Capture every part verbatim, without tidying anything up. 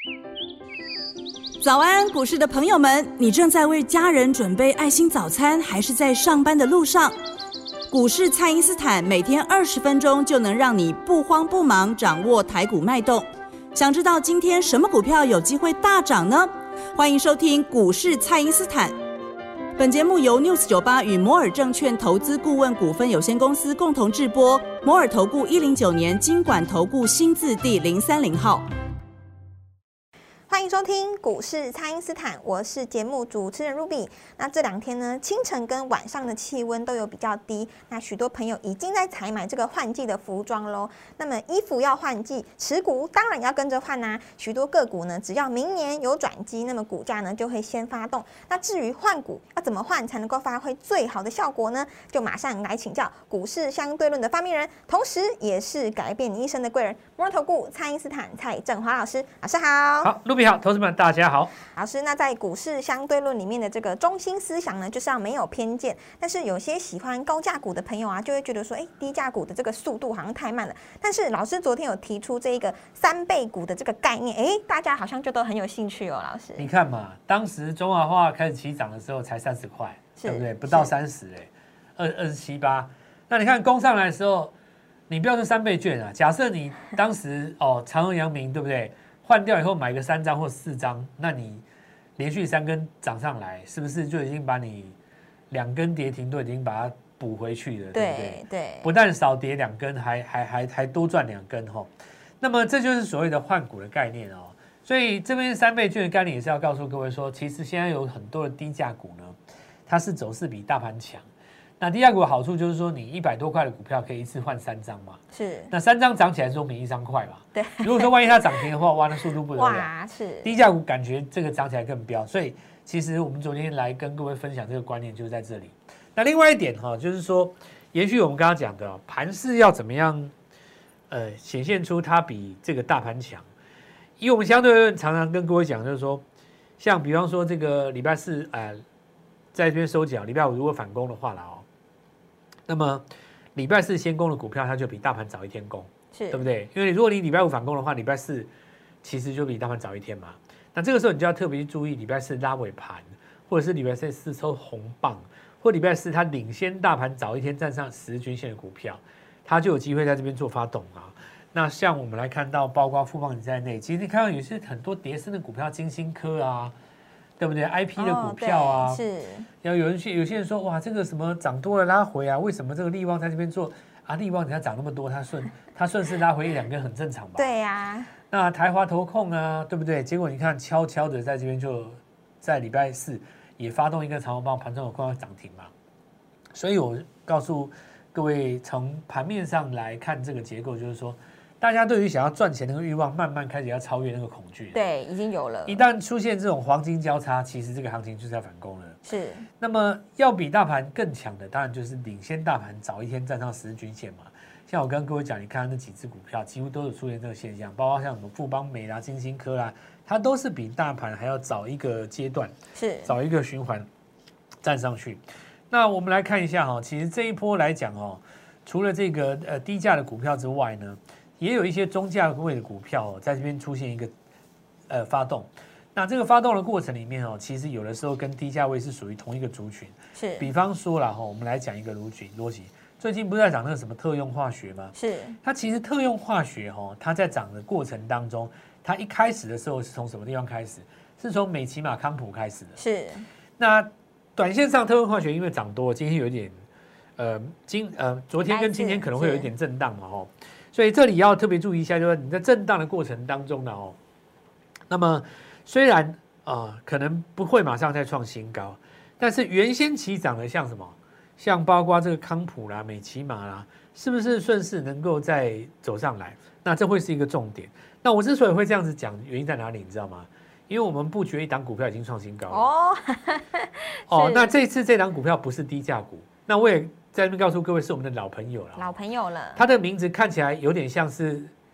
早安，股市的朋友们，你正在为家人准备爱心早餐，还是在上班的路上？股市蔡因斯坦每天二十分钟就能让你不慌不忙掌握台股脉动。想知道今天什么股票有机会大涨呢？欢迎收听股市蔡因斯坦。本节目由 News 九十八与摩尔证券投资顾问股份有限公司共同制播，摩尔投顾一零九年金管投顾新字第零三零号。 欢迎收听股市蔡因斯坦，我是节目主持人 Ruby。那这两天呢，清晨跟晚上的气温都有比较低，那许多朋友已经在采买这个换季的服装喽。那么衣服要换季，持股当然要跟着换啊。许多个股呢，只要明年有转机，那么股价呢就会先发动。那至于换股要怎么换才能够发挥最好的效果呢？就马上来请教股市相对论的发明人，同时也是改变你一生的贵人——摩尔投顾蔡因斯坦蔡正华老师。老师好。 好，Ruby好，投资们大家好。 老师，那在股市相对论里面的这个中心思想呢，就是要没有偏见。但是有些喜欢高价股的朋友啊，就会觉得说，哎，低价股的这个速度好像太慢了。但是老师昨天有提出这一个三倍股的这个概念，哎，大家好像就都很有兴趣哦。老师， 你看嘛，当时中华化开始起涨的时候才三十块，对不对？不到三十哎，二二十七八。那你看攻上来的时候，你不要说三倍券啊，假设你当时哦长荣、阳明，对不对？换掉以后买个三张或四张，那你连续三根涨上来，是不是就已经把你两根跌停都已经把它补回去了？对不对？ 对， 不但少跌两根，还还还还多赚两根哈。那么这就是所谓的换股的概念哦。所以这边三倍券的概念也是要告诉各位说，其实现在有很多的低价股呢，它是走势比大盘强。那低价股的好处就是说，你一百多块的股票可以一次换三张嘛。 是。那三张涨起来总比一张快嘛。 对。 如果说万一它涨停的话，哇，那速度不得了。 哇，是。 低价股感觉这个涨起来更飙，所以其实我们昨天来跟各位分享这个观念就是在这里。那另外一点哈，就是说，延续我们刚刚讲的，盘势要怎么样，呃，显现出它比这个大盘强。以我们相对论常常跟各位讲，就是说，像比方说这个礼拜四，呃，在这边收脚，礼拜五如果反攻的话了哦。那么礼拜四先攻的股票，它就比大盘早一天攻， 是对不对？因为如果你礼拜五反攻的话，礼拜四其实就比大盘早一天嘛。那这个时候你就要特别注意，礼拜四拉尾盘，或者是礼拜四四抽红棒，或礼拜四它领先大盘早一天站上十日均线的股票，它就有机会在这边做发动啊。那像我们来看到，包括富邦在内，其实你看到有些很多跌升的股票，金星科啊。对不对 ？I P 的股票啊， 哦、是。 然后有人去，有些人说，哇，这个什么涨多了拉回啊？为什么这个力旺在这边做啊？力旺你看涨那么多，它顺它顺势拉回一两根很正常吧？ 对呀、啊。 那台华投控啊，对不对？结果你看悄悄的在这边就在礼拜四也发动一个长红棒，盘中有快要涨停嘛。所以我告诉各位，从盘面上来看这个结构，就是说。大家对于想要赚钱的那个欲望，慢慢开始要超越那个恐惧。 对，已经有了。 一旦出现这种黄金交叉，其实这个行情就是要反攻了。 是。 那么要比大盘更强的，当然就是领先大盘早一天站上十日均线嘛。像我刚刚各位讲，你看那几只股票，几乎都有出现这个现象，包括像什么富邦美啦、金星科啦，它都是比大盘还要早一个阶段， 是早一个循环站上去。那我们来看一下哈，其实这一波来讲哦，除了这个呃低价的股票之外呢。也有一些中价位的股票、哦、在这边出现一个呃发动，那这个发动的过程里面哦，其实有的时候跟低价位是属于同一个族群。 是， 比方说啦哈、哦，我们来讲一个逻辑逻辑，最近不是在涨那个什么特用化学吗？ 是， 它其实特用化学哈、哦，它在涨的过程当中，它一开始的时候是从什么地方开始？是从美琪玛康普开始的。 是， 那短线上特用化学因为涨多，今天有一点呃今呃昨天跟今天可能会有一点震荡嘛哈。所以这里要特别注意一下，就是你在震荡的过程当中呢，哦，那么虽然啊、呃、可能不会马上再创新高，但是原先起涨的像什么，像包括这个康普啦、美琪玛啦，是不是顺势能够再走上来？那这会是一个重点。那我之所以会这样子讲，原因在哪里？你知道吗？因为我们布局一档股票已经创新高了。哦，哦，那这次这档股票不是低价股，那我也在这边告诉各位，是我们的老朋友了。 老朋友了。 它的名字看起来有点像是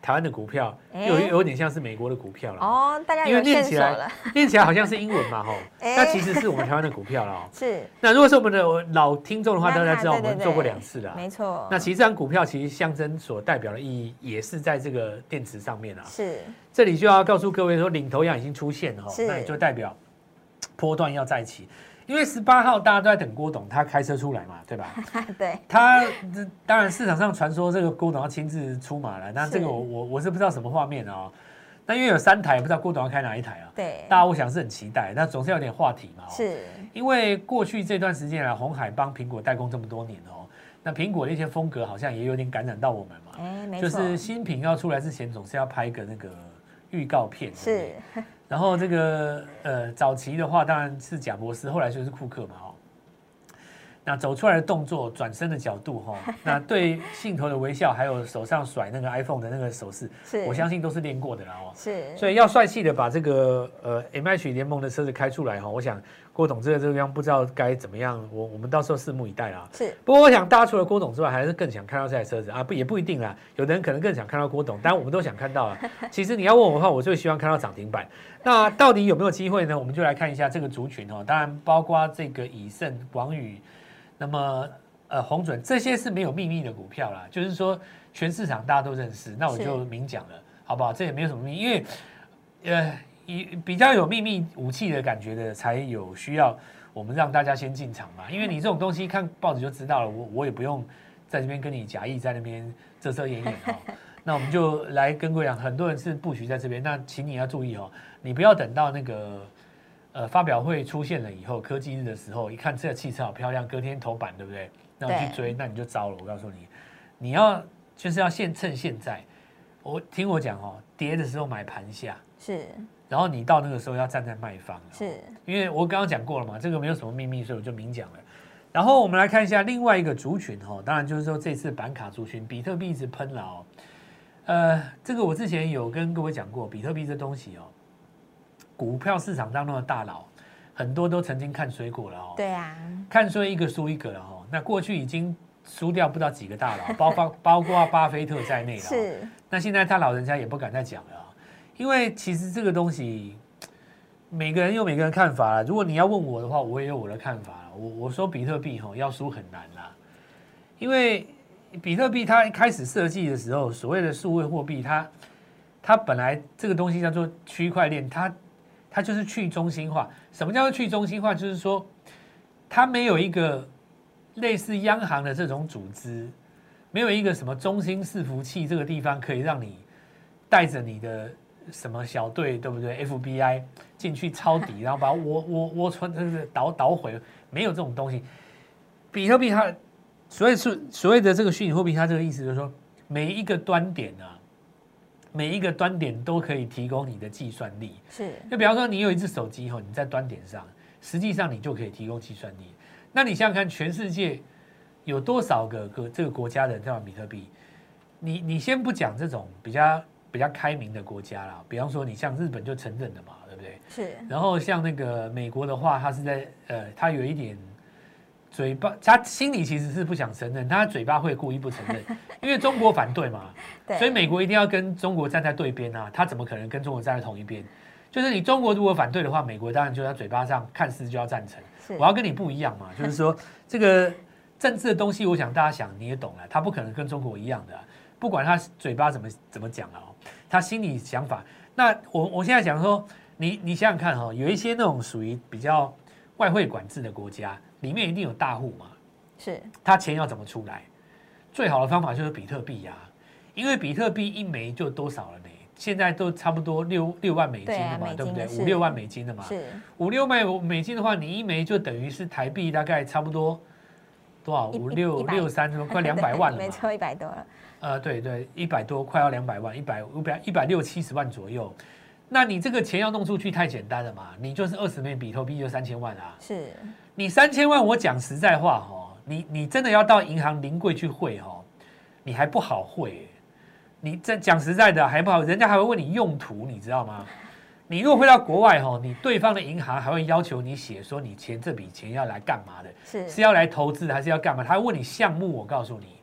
台湾的股票， 哎有有点像是美国的股票了哦，大家因为有念起来线索了， 念起来好像是英文嘛吼， 哎那其实是我们台湾的股票了哦。 是那如果是我们的老听众的话， 那大家知道我对对对们做过两次了。 没错。 那其实这张股票其实象征所代表的意义也是在这个电池上面啊。 是这里就要告诉各位说，领头羊已经出现了哦， 是那也就代表波段要再起。因为十八号大家都在等郭董他开车出来嘛，对吧？ 对， 他当然市场上传说这个郭董要亲自出马了，那这个是我我我是不知道什么画面哦。那因为有三台，不知道郭董要开哪一台啊？ 对， 大家我想是很期待，那总是有点话题嘛、哦。 是因为过去这段时间来，鸿海帮苹果代工这么多年哦，那苹果的一些风格好像也有点感染到我们嘛。 哎，没错， 就是新品要出来之前，总是要拍一个那个预告片。对不是对然后这个呃，早期的话当然是贾伯斯，后来就是库克嘛哦。那走出来的动作、转身的角度哈、哦，那对镜头的微笑，还有手上甩那个 iPhone 的那个手势， 是， 我相信都是练过的啦哦。 是， 所以要帅气的把这个呃 M H 联盟的车子开出来哈、哦，我想郭董这个这个地方不知道该怎么样，我我们到时候拭目以待啦。 是， 不过我想大家除了郭董之外，还是更想看到这台车子啊，不也不一定啦，有的人可能更想看到郭董，当然我们都想看到啊。其实你要问我的话，我最希望看到涨停板。那到底有没有机会呢？我们就来看一下这个族群哦，当然包括这个以盛、广宇。那么，呃，鸿准这些是没有秘密的股票啦，就是说全市场大家都认识，那我就明讲了，好不好？这也没有什么秘密，因为，呃，以比较有秘密武器的感觉的，才有需要我们让大家先进场嘛。因为你这种东西看报纸就知道了，我我也不用在这边跟你假意在那边遮遮掩掩哈。那我们就来跟各位讲，很多人是布局在这边，那请你要注意哦，你不要等到那个。呃，发表会出现了以后，科技日的时候，一看这个汽车好漂亮，隔天头版，对不对？那我去追，那你就糟了。我告诉你，你要就是要现趁现在，我听我讲哦，跌的时候买盘下， 是， 然后你到那个时候要站在卖方， 是， 因为我刚刚讲过了嘛，这个没有什么秘密，所以我就明讲了。然后我们来看一下另外一个族群哈、哦，当然就是说这次板卡族群，比特币一直喷了哦。呃，这个我之前有跟各位讲过，比特币这东西哦。股票市场当中的大佬，很多都曾经看衰过了哦。 对啊， 看衰一个输一个了哦。那过去已经输掉不知道几个大佬，包括包括巴菲特在内了、哦。 是。 那现在他老人家也不敢再讲了、哦，因为其实这个东西，每个人有每个人看法啦。如果你要问我的话，我也有我的看法。我我说比特币哈、哦、要输很难啦，因为比特币它一开始设计的时候，所谓的数位货币，它它本来这个东西叫做区块链，它它就是去中心化。什么叫做去中心化？就是说，它没有一个类似央行的这种组织，没有一个什么中心伺服器这个地方可以让你带着你的什么小队，对不对 ？F B I 进去抄底，然后把我我我传这个捣捣毁，没有这种东西。比特币它所谓是所谓的这个虚拟货币，它这个意思就是说，每一个端点啊。每一个端点都可以提供你的计算力， 是。 就比方说，你有一只手机后，你在端点上，实际上你就可以提供计算力。那你想想看，全世界有多少个个这个国家的人在玩比特币？你你先不讲这种比较比较开明的国家啦，比方说你像日本就承认的嘛，对不对？ 是。 然后像那个美国的话，它是在呃，它有一点。嘴巴，他心里其实是不想承认，他嘴巴会故意不承认，因为中国反对嘛，所以美国一定要跟中国站在对边啊，他怎么可能跟中国站在同一边？就是你中国如果反对的话，美国当然就在嘴巴上看似就要赞成，我要跟你不一样嘛，就是说这个政治的东西，我想大家想你也懂了，他不可能跟中国一样的、啊，不管他嘴巴怎么怎么讲了哦，他心里想法。那我我现在讲说，你你想想看哈、哦，有一些那种属于比较外汇管制的国家。里面一定有大户嘛， 是， 他钱要怎么出来？最好的方法就是比特币呀、啊，因为比特币一枚就多少了呢？现在都差不多六六万美金了嘛， 对,、啊、对不对？五六万美金了嘛， 是五六万美金的话，你一枚就等于是台币大概差不多多少？五六六三，快两百万了嘛， 没错，一百多了。 呃，对对，一百多，快要两百万，一百五百一百六七十万左右。那你这个钱要弄出去太简单了嘛？你就是二十枚比特币就三千万啊。 是。 你三千万，我讲实在话哈，你你真的要到银行临柜去汇哈，你还不好汇。你这讲实在的还不好，人家还会问你用途，你知道吗？你如果汇到国外哈，你对方的银行还会要求你写说你钱这笔钱要来干嘛的， 是是要来投资还是要干嘛？他会问你项目，我告诉你，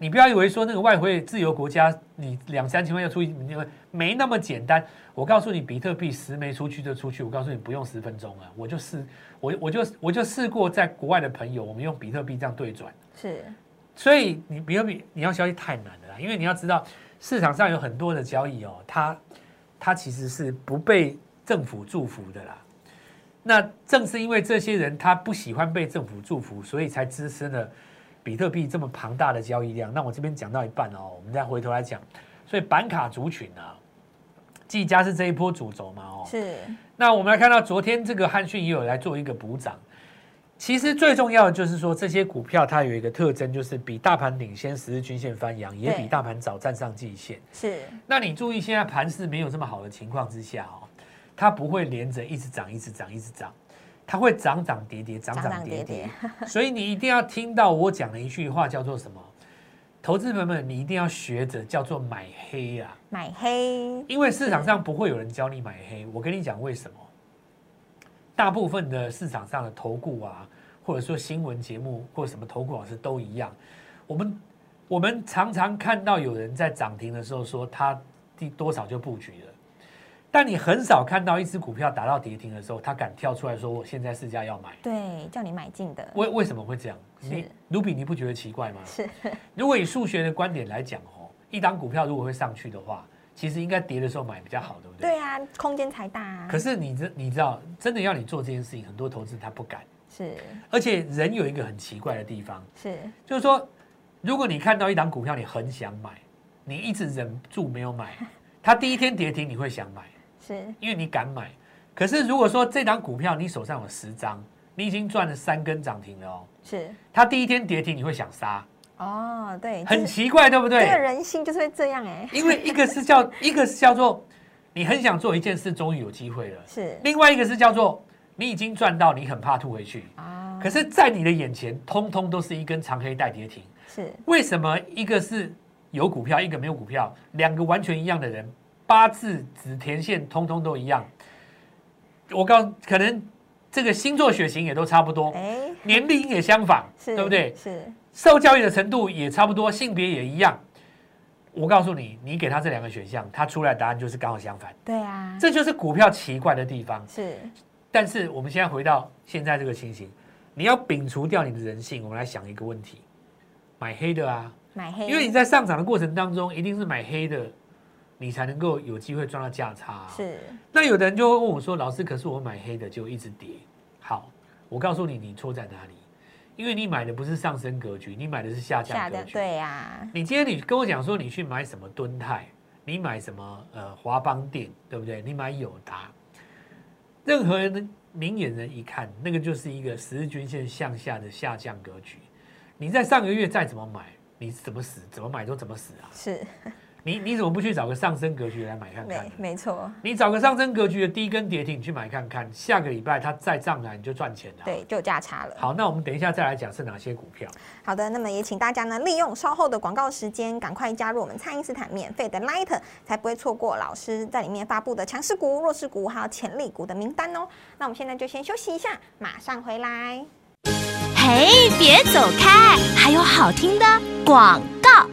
你不要以为说那个外汇自由国家，你两三千万要出去，没那么简单。我告诉你，比特币十枚出去就出去。我告诉你，不用十分钟啊，我就试，我我就我就试过在国外的朋友，我们用比特币这样对转。 是， 所以你比特币你要交易太难了啦，因为你要知道市场上有很多的交易哦，它它其实是不被政府祝福的啦。那正是因为这些人他不喜欢被政府祝福，所以才滋生了比特币这么庞大的交易量。那我这边讲到一半哦，我们再回头来讲。所以板卡族群啊，技嘉是这一波主轴嘛哦。 是。 那我们来看到昨天这个汉讯也有来做一个补涨。其实最重要的就是说，这些股票它有一个特征，就是比大盘领先十日均线翻扬，也比大盘早站上季线。 是。那你注意，现在盘势没有这么好的情况之下哦。它不会连着一直涨，一直涨，一直涨，它会涨涨跌跌，涨涨跌跌。所以你一定要听到我讲的一句话，叫做什么？投资朋友们，你一定要学着叫做买黑啊， 买黑。 因为市场上不会有人教你买黑。我跟你讲为什么？大部分的市场上的投顾啊，或者说新闻节目或者什么投顾老师都一样，我们我们常常看到有人在涨停的时候说他第多少就布局了。但你很少看到一只股票打到跌停的时候，他敢跳出来说我现在市价要买， 对，叫你买进的。 为为什么会这样？你卢比你不觉得奇怪吗？ 是。 如果以数学的观点来讲哦，一档股票如果会上去的话，其实应该跌的时候买比较好，对不对？ 对啊，空间才大啊。 可是你知你知道，真的要你做这件事情，很多投资他不敢。 是。 而且人有一个很奇怪的地方， 是， 就是说，如果你看到一档股票，你很想买，你一直忍住没有买，它第一天跌停，你会想买。 是因为你敢买，可是如果说这档股票你手上有十张，你已经赚了三根涨停了哦。 是， 它第一天跌停，你会想杀。 哦，对， 很奇怪，对不对？ 这个人性就是会这样哎。 因为一个是叫一个是叫做你很想做一件事，终于有机会了。 是， 另外一个是叫做你已经赚到，你很怕吐回去啊。可是，在你的眼前，通通都是一根长黑带跌停。 是， 为什么一个是有股票，一个没有股票，两个完全一样的人？八字子田线通通都一样，我告可能这个星座血型也都差不多， 欸、 年龄也相仿，对不对？ 是受教育的程度也差不多，性别也一样。我告诉你，你给他这两个选项，他出来的答案就是刚好相反。 对啊， 这就是股票奇怪的地方。 是， 但是我们现在回到现在这个情形，你要摒除掉你的人性，我们来想一个问题：买黑的啊， 买黑， 因为你在上涨的过程当中，一定是买黑的。你才能够有机会赚到价差、啊。 是， 那有的人就会问我说：“老师，可是我买黑的就一直跌。”好，我告诉你，你错在哪里？因为你买的不是上升格局，你买的是下降格局。 对呀、啊。 你今天你跟我讲说你去买什么敦泰，你买什么呃华邦电，对不对？你买友达，任何人明眼人一看，那个就是一个十日均线向下的下降格局。你在上个月再怎么买，你怎么死，怎么买都怎么死啊？ 是。 你你怎么不去找个上升格局来买看看？ 没没错， 你找个上升格局的低根跌停，你去买看看，下个礼拜它再上来你就赚钱了。 对，就有价差了。 好，那我们等一下再来讲是哪些股票。 好的，那么也请大家呢利用稍后的广告时间，赶快加入我们蔡因斯坦免费的 Light， 才不会错过老师在里面发布的强势股、弱势股还有潜力股的名单哦。那我们现在就先休息一下，马上回来。 嘿，别走开，还有好听的广告。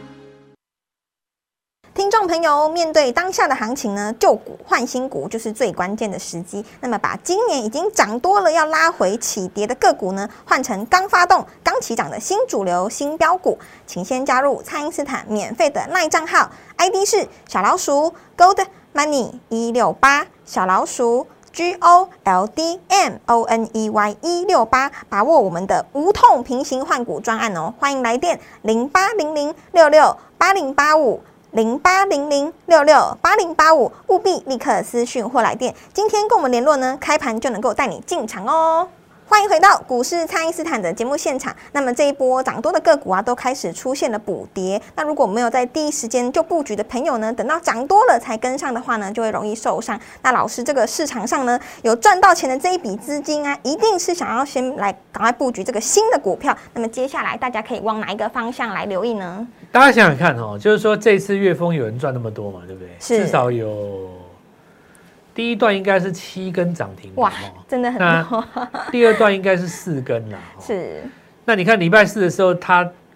听众朋友，面对当下的行情呢，旧股换新股就是最关键的时机。那么，把今年已经涨多了要拉回起跌的个股呢，换成刚发动、刚起涨的新主流、新标股，请先加入蔡因斯坦免费的 LINE 账号 ，I D 是小老鼠 Gold Money 一六八，小老鼠 G O L D M O N E Y 一六八，把握我们的无痛平行换股专案哦！欢迎来电零八零零六六八零八五。零八零零六六八零八五，务必立刻私讯或来电。今天跟我们联络呢，开盘就能够带你进场哦。欢迎回到股市蔡因斯坦的节目现场。那么这一波涨多的个股啊，都开始出现了补跌。那如果没有在第一时间就布局的朋友呢，等到涨多了才跟上的话呢，就会容易受伤。那老师这个市场上呢，有赚到钱的这一笔资金啊，一定是想要先来赶快布局这个新的股票。那么接下来大家可以往哪一个方向来留意呢？ 大家想想看哦，就是说这次月丰有人赚那么多嘛，对不对？ 是， 至少有。第一段应该是七根涨停， 哇，真的很多。 第二段应该是四根啦。 是。 那你看礼拜四的时候，它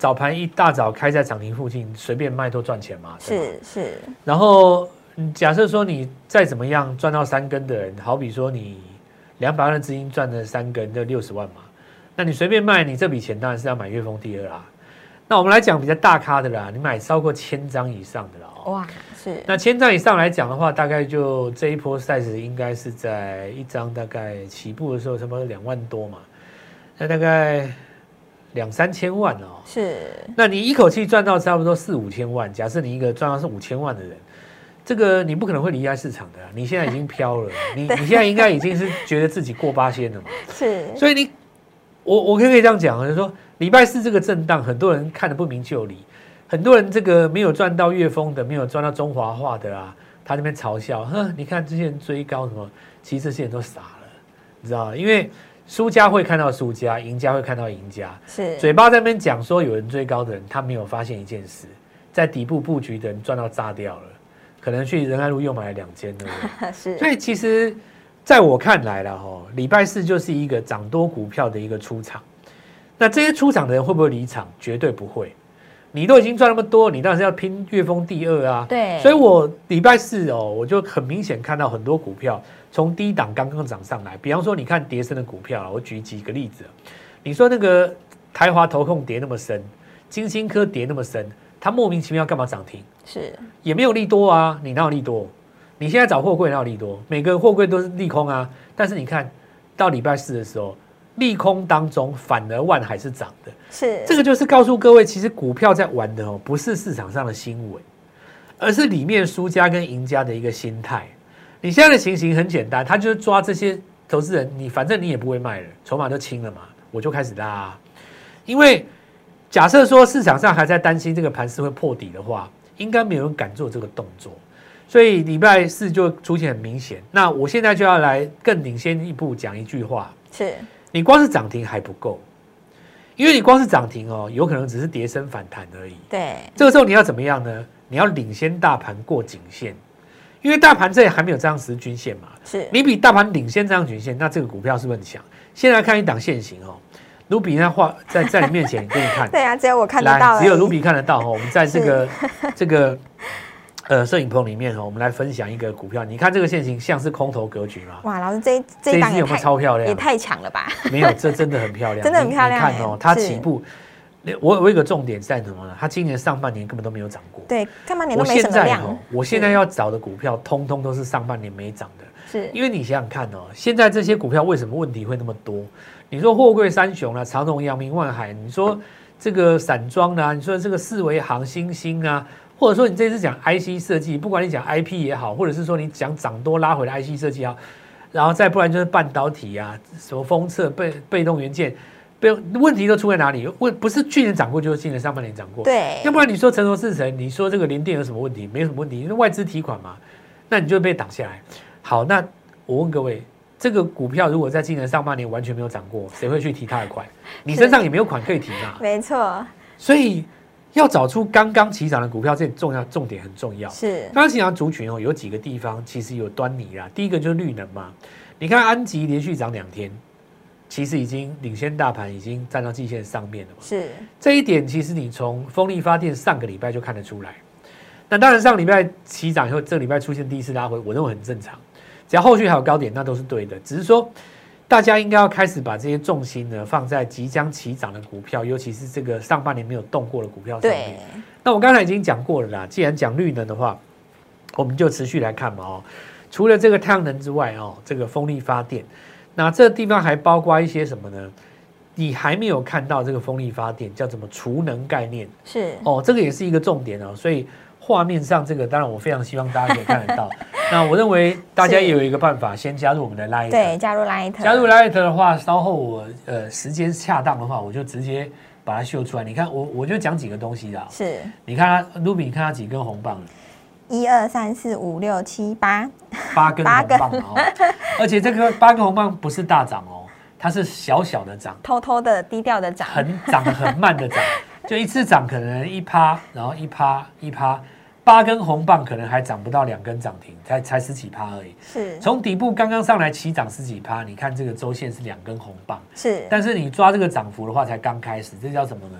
早盘一大早开在涨停附近，随便卖都赚钱嘛。 是是。 然后假设说你再怎么样赚到三根的人，好比说你两百万的资金赚了三根，就六十万嘛。那你随便卖，你这笔钱当然是要买月丰第二啦。那我们来讲比较大咖的啦，你买超过千张以上的啦。 哇，是。 那千张以上来讲的话，大概就这一波 size 应该是在一张大概起步的时候，差不多两万多嘛。那大概两三千万哦。 是。那你一口气赚到差不多四五千万，假设你一个赚到是五千万的人，这个你不可能会离开市场的。你现在已经飘了，你你现在应该已经是觉得自己过八仙了嘛。 是。 所以你，我我可以这样讲，就是说礼拜四这个震荡，很多人看得不明就里。很多人这个没有赚到月丰的，没有赚到中华化的啊，他那边嘲笑，哼，你看这些人追高什么，其实这些人都傻了，你知道吗？因为输家会看到输家，赢家会看到赢家， 是嘴巴在那边讲说有人追高的人，他没有发现一件事，在底部布局的人赚到炸掉了，可能去仁爱路又买了两间，对不对？是，所以其实在我看来了哈，礼拜四就是一个涨多股票的一个出场，那这些出场的人会不会离场？绝对不会。你都已经赚那么多，你当然是要拼月丰第二啊。 对， 所以我礼拜四哦，我就很明显看到很多股票从低档刚刚涨上来。比方说，你看跌深的股票，我举几个例子。你说那个台华投控跌那么深，金星科跌那么深，它莫名其妙干嘛涨停？ 是， 也没有利多啊，你哪有利多？你现在找货柜哪有利多？每个货柜都是利空啊。但是你看到礼拜四的时候，利空当中反而万海是涨的， 是这个就是告诉各位，其实股票在玩的哦，不是市场上的新闻，而是里面输家跟赢家的一个心态。你现在的情形很简单，他就是抓这些投资人，你反正你也不会卖了，筹码就清了嘛，我就开始拉啊。因为假设说市场上还在担心这个盘势会破底的话，应该没有人敢做这个动作，所以礼拜四就出现很明显。那我现在就要来更领先一步讲一句话， 是。 你光是涨停还不够，因为你光是涨停哦，有可能只是跌升反弹而已。 对， 这个时候你要怎么样呢？你要领先大盘过颈线，因为大盘这里还没有这样十均线嘛。 是， 你比大盘领先这样均线，那这个股票是不是很强？现在看一档现行哦，卢比那画在在你面前给你看。 对啊，只有我看得到， 只有卢比看得到哦。我们在这个这个。呃，摄影棚里面哦，我们来分享一个股票。你看这个线型像是空头格局吗？ 哇，老师这这一档有没有超漂亮？ 也太强了吧！ 没有，这真的很漂亮， 真的很漂亮。 你看哦，它起步，我有一个重点在什么呢？它今年上半年根本都没有涨过。 对，上半年都没什么量。 我现在哦，我现在要找的股票，通通都是上半年没涨的。 是， 因为你想想看哦，现在这些股票为什么问题会那么多？你说货柜三雄啦，长荣、阳明、万海，你说这个散装啦，你说这个四维航、新兴啊。或者说你这次讲 I C 设计，不管你讲 I P 也好，或者是说你讲涨多拉回的 I C 设计也好，然后再不然就是半导体啊，什么封测、被被动元件，被问题都出在哪里？问不是去年涨过，就是今年上半年涨过。 对， 要不然你说成熟制程，你说这个联电有什么问题？没有什么问题，因为外资提款嘛，那你就被挡下来。好，那我问各位，这个股票如果在今年上半年完全没有涨过，谁会去提它的款？你身上也没有款可以提嘛。 没错， 所以。要找出刚刚起涨的股票，这重要重点很重要。 是刚刚起涨族群哦，有几个地方其实有端倪啦。第一个就是绿能嘛，你看安吉连续涨两天，其实已经领先大盘，已经站到季线上面了嘛。 是这一点，其实你从风力发电上个礼拜就看得出来。那当然上礼拜起涨以后，这个礼拜出现第一次拉回，我认为很正常。只要后续还有高点，那都是对的。只是说。大家应该要开始把这些重心呢放在即将起涨的股票，尤其是这个上半年没有动过的股票上面。那我刚才已经讲过了啦，既然讲绿能的话，我们就持续来看嘛哦。除了这个太阳能之外哦，这个风力发电，那这个地方还包括一些什么呢？你还没有看到这个风力发电叫什么储能概念是哦，这个也是一个重点哦，所以。画面上这个，当然我非常希望大家可以看得到。那我认为大家也有一个办法，先加入我们的 Light。 对，加入 Light。 加入 Light 的话，稍后我呃时间恰当的话，我就直接把它秀出来。你看我我就讲几个东西啦。 是。 你看它 Ruby， 你看它几根红棒？ 一二三四五六七八。 八根红棒哦。而且这个八根红棒不是大涨哦，它是小小的涨， 偷偷的低调的涨， 很涨得很慢的涨。就一次涨可能一趴，然后一趴一趴，八根红棒可能还涨不到两根涨停，才才十几趴而已。 是， 从底部刚刚上来起涨十几趴，你看这个周线是两根红棒， 是， 但是你抓这个涨幅的话，才刚开始，这叫什么呢？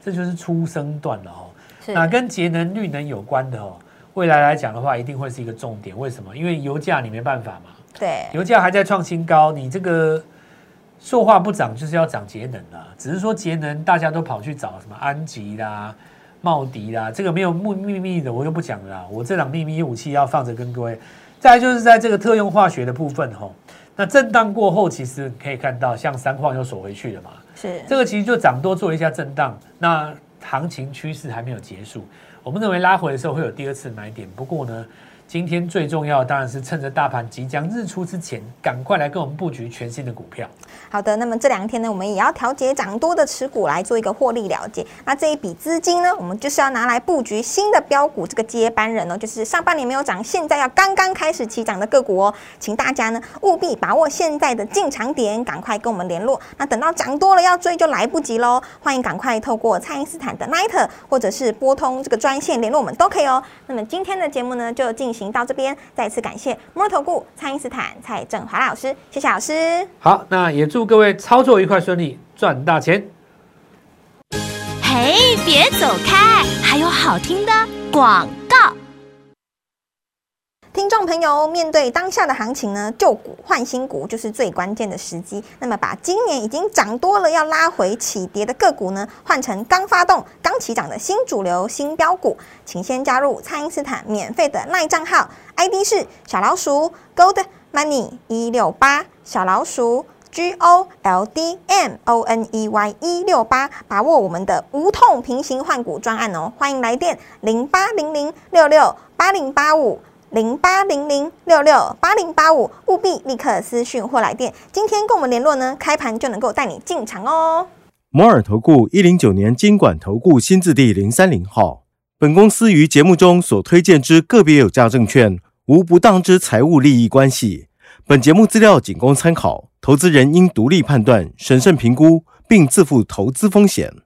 这就是初升段了哦。那跟节能绿能有关的哦，未来来讲的话，一定会是一个重点。为什么？因为油价你没办法嘛， 对， 油价还在创新高，你这个塑化不涨，就是要涨节能啦。只是说节能大家都跑去找什么安吉啦、茂迪啦，这个没有秘密的，我就不讲了啦。我这档秘密武器要放着跟各位。再来就是在这个特用化学的部分吼，那震荡过后，其实可以看到像三矿又锁回去了嘛， 是这个其实就涨多做了一下震荡，那行情趋势还没有结束，我们认为拉回的时候会有第二次买点。不过呢，今天最重要的当然是趁着大盘即将日出之前，赶快来跟我们布局全新的股票。 好的，那么这两天呢，我们也要调节涨多的持股来做一个获利了结。那这一笔资金呢，我们就是要拿来布局新的标股，这个接班人哦，就是上半年没有涨，现在要刚刚开始起涨的个股哦，请大家呢务必把握现在的进场点，赶快跟我们联络。那等到涨多了要追就来不及喽，欢迎赶快透过蔡因斯坦的 Line 或者是拨通这个专线联络我们都可以哦。那么今天的节目呢就进行到这边，再次感谢摩尔投顾蔡因斯坦蔡正华老师，谢谢老师。 好，那也祝各位操作愉快顺利，赚大钱。 嘿，别走开，还有好听的广告。 听众朋友，面对当下的行情呢，旧股换新股就是最关键的时机。那么，把今年已经涨多了要拉回起跌的个股呢，换成刚发动、刚起涨的新主流、新标股，请先加入蔡因斯坦免费的 LINE 账号 ，I D 是小老鼠 Gold Money 一六八，小老鼠 G O L D M O N E Y 一六八，把握我们的无痛平行换股专案哦！欢迎来电零八零零六六八零八五。零八零零六六八零八五，务必立刻私讯或来电。今天跟我们联络呢，开盘就能够带你进场哦。 摩尔投顾一零九年金管投顾新字第零三零号。本公司于节目中所推荐之个别有价证券，无不当之财务利益关系。本节目资料仅供参考，投资人应独立判断、审慎评估，并自负投资风险。